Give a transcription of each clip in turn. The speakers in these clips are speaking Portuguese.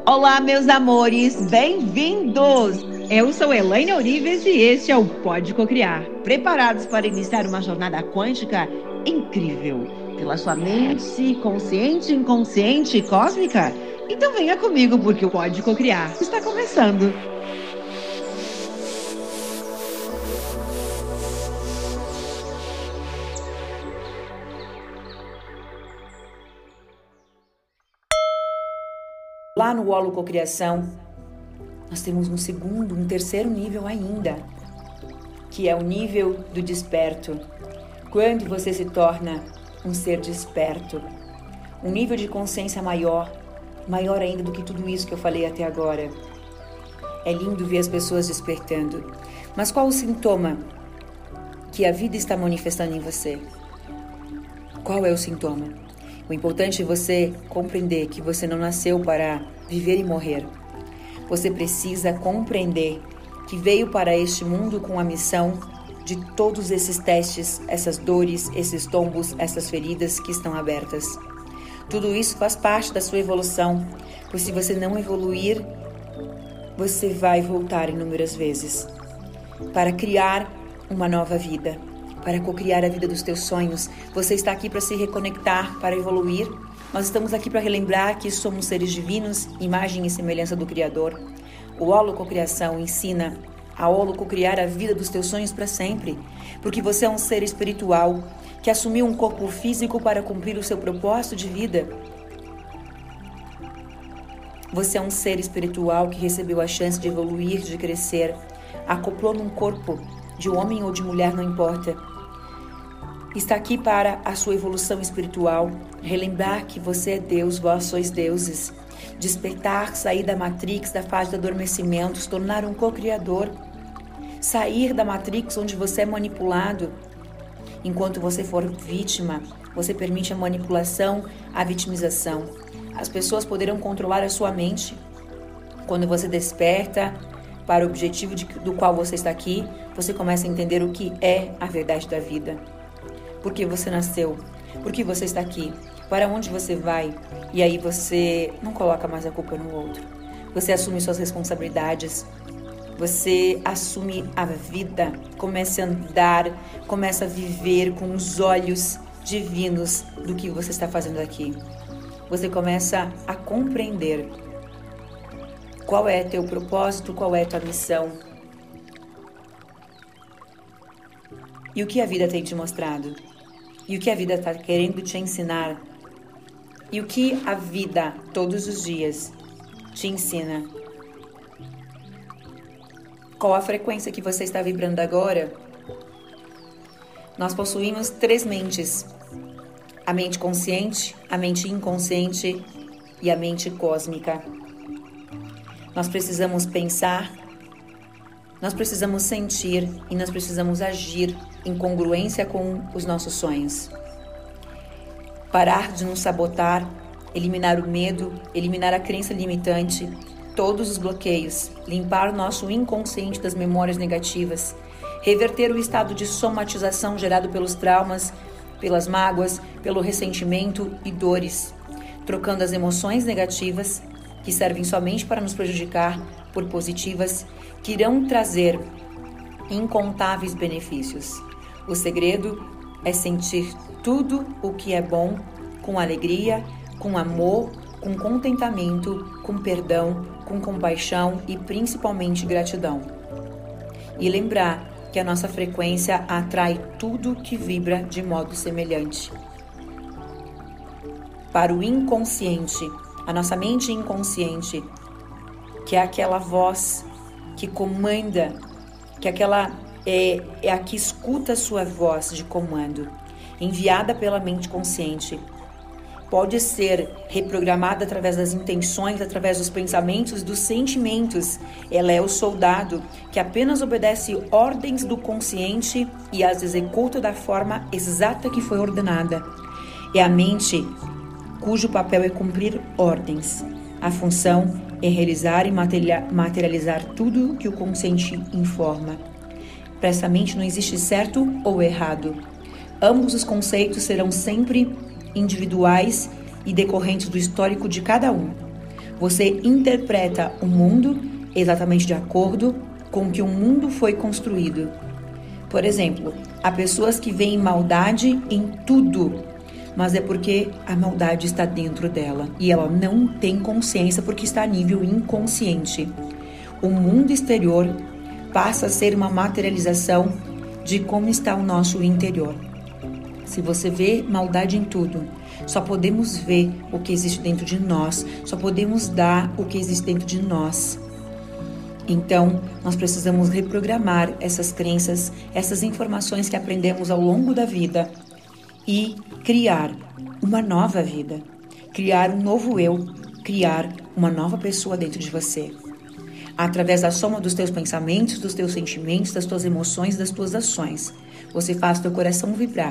Olá, meus amores, bem-vindos! Eu sou Elaine Orives e este é o Pode Cocriar. Preparados para iniciar uma jornada quântica incrível pela sua mente consciente, inconsciente e cósmica? Então venha comigo porque o Pode Cocriar está começando. Lá no Holo Cocriação, nós temos um terceiro nível ainda, que é o nível do desperto. Quando você se torna um ser desperto, um nível de consciência maior ainda do que tudo isso que eu falei até agora. É lindo ver as pessoas despertando. Mas qual o sintoma que a vida está manifestando em você? Qual é o sintoma? O importante é você compreender que você não nasceu para viver e morrer. Você precisa compreender que veio para este mundo com a missão de todos esses testes, essas dores, esses tombos, essas feridas que estão abertas. Tudo isso faz parte da sua evolução, pois se você não evoluir, você vai voltar inúmeras vezes para criar uma nova vida. Para cocriar a vida dos teus sonhos. Você está aqui para se reconectar, para evoluir. Nós estamos aqui para relembrar que somos seres divinos, imagem e semelhança do Criador. O Holo Cocriação ensina a Holo cocriar a vida dos teus sonhos para sempre, porque você é um ser espiritual que assumiu um corpo físico para cumprir o seu propósito de vida. Você é um ser espiritual que recebeu a chance de evoluir, de crescer, acoplou num corpo de homem ou de mulher, não importa. Está aqui para a sua evolução espiritual, relembrar que você é Deus, vós sois deuses, despertar, sair da Matrix, da fase do adormecimento, se tornar um co-criador, sair da Matrix onde você é manipulado. Enquanto você for vítima, você permite a manipulação, a vitimização. As pessoas poderão controlar a sua mente. Quando você desperta para o objetivo do qual você está aqui, você começa a entender o que é a verdade da vida. Por que você nasceu? Por que você está aqui? Para onde você vai? E aí você não coloca mais a culpa no outro. Você assume suas responsabilidades. Você assume a vida. Começa a andar, começa a viver com os olhos divinos do que você está fazendo aqui. Você começa a compreender qual é teu propósito, qual é tua missão. E o que a vida tem te mostrado? E o que a vida está querendo te ensinar? E o que a vida, todos os dias, te ensina? Qual a frequência que você está vibrando agora? Nós possuímos 3 mentes. A mente consciente, a mente inconsciente e a mente cósmica. Nós precisamos pensar, nós precisamos sentir e nós precisamos agir em congruência com os nossos sonhos. Parar de nos sabotar, eliminar o medo, eliminar a crença limitante, todos os bloqueios, limpar o nosso inconsciente das memórias negativas, reverter o estado de somatização gerado pelos traumas, pelas mágoas, pelo ressentimento e dores, trocando as emoções negativas que servem somente para nos prejudicar por positivas que irão trazer incontáveis benefícios. O segredo é sentir tudo o que é bom com alegria, com amor, com contentamento, com perdão, com compaixão e principalmente gratidão. E lembrar que a nossa frequência atrai tudo que vibra de modo semelhante. Para o inconsciente, a nossa mente inconsciente, que é aquela voz que comanda, que é a que escuta a sua voz de comando, enviada pela mente consciente, pode ser reprogramada através das intenções, através dos pensamentos, dos sentimentos. Ela é o soldado que apenas obedece ordens do consciente e as executa da forma exata que foi ordenada. É a mente cujo papel é cumprir ordens. A função é realizar e materializar tudo que o consciente informa. Para essa mente não existe certo ou errado. Ambos os conceitos serão sempre individuais e decorrentes do histórico de cada um. Você interpreta o mundo exatamente de acordo com que o mundo foi construído. Por exemplo, há pessoas que veem maldade em tudo, mas é porque a maldade está dentro dela e ela não tem consciência porque está a nível inconsciente. O mundo exterior passa a ser uma materialização de como está o nosso interior. Se você vê maldade em tudo, só podemos ver o que existe dentro de nós, só podemos dar o que existe dentro de nós. Então, nós precisamos reprogramar essas crenças, essas informações que aprendemos ao longo da vida e criar uma nova vida, criar um novo eu, criar uma nova pessoa dentro de você. Através da soma dos teus pensamentos, dos teus sentimentos, das tuas emoções, das tuas ações, você faz teu coração vibrar.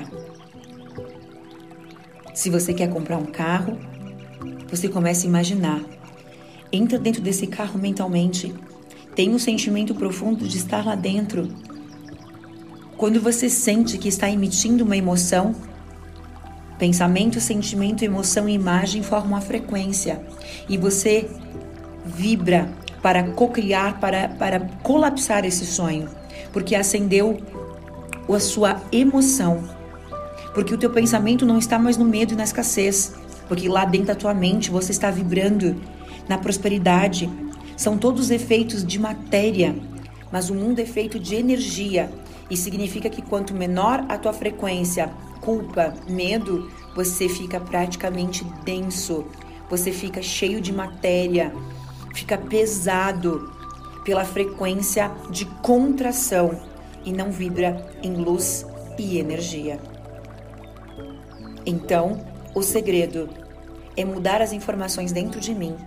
Se você quer comprar um carro, você começa a imaginar. Entra dentro desse carro mentalmente. Tem um sentimento profundo de estar lá dentro. Quando você sente que está emitindo uma emoção, pensamento, sentimento, emoção e imagem formam uma frequência. E você vibra para cocriar, para colapsar esse sonho. Porque acendeu a sua emoção. Porque o teu pensamento não está mais no medo e na escassez. Porque lá dentro da tua mente você está vibrando na prosperidade. São todos efeitos de matéria, mas o mundo é feito de energia. E significa que quanto menor a tua frequência, culpa, medo, você fica praticamente denso. Você fica cheio de matéria, fica pesado pela frequência de contração e não vibra em luz e energia. Então, o segredo é mudar as informações dentro de mim.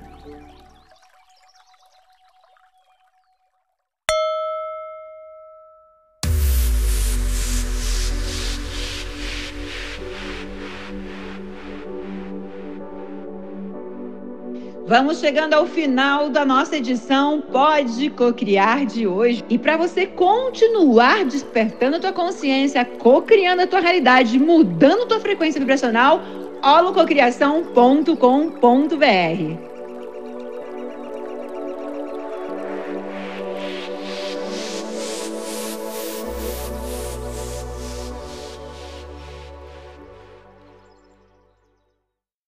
Vamos chegando ao final da nossa edição Pode Cocriar de hoje. E para você continuar despertando a tua consciência, cocriando a tua realidade, mudando a tua frequência vibracional, holococriação.com.br.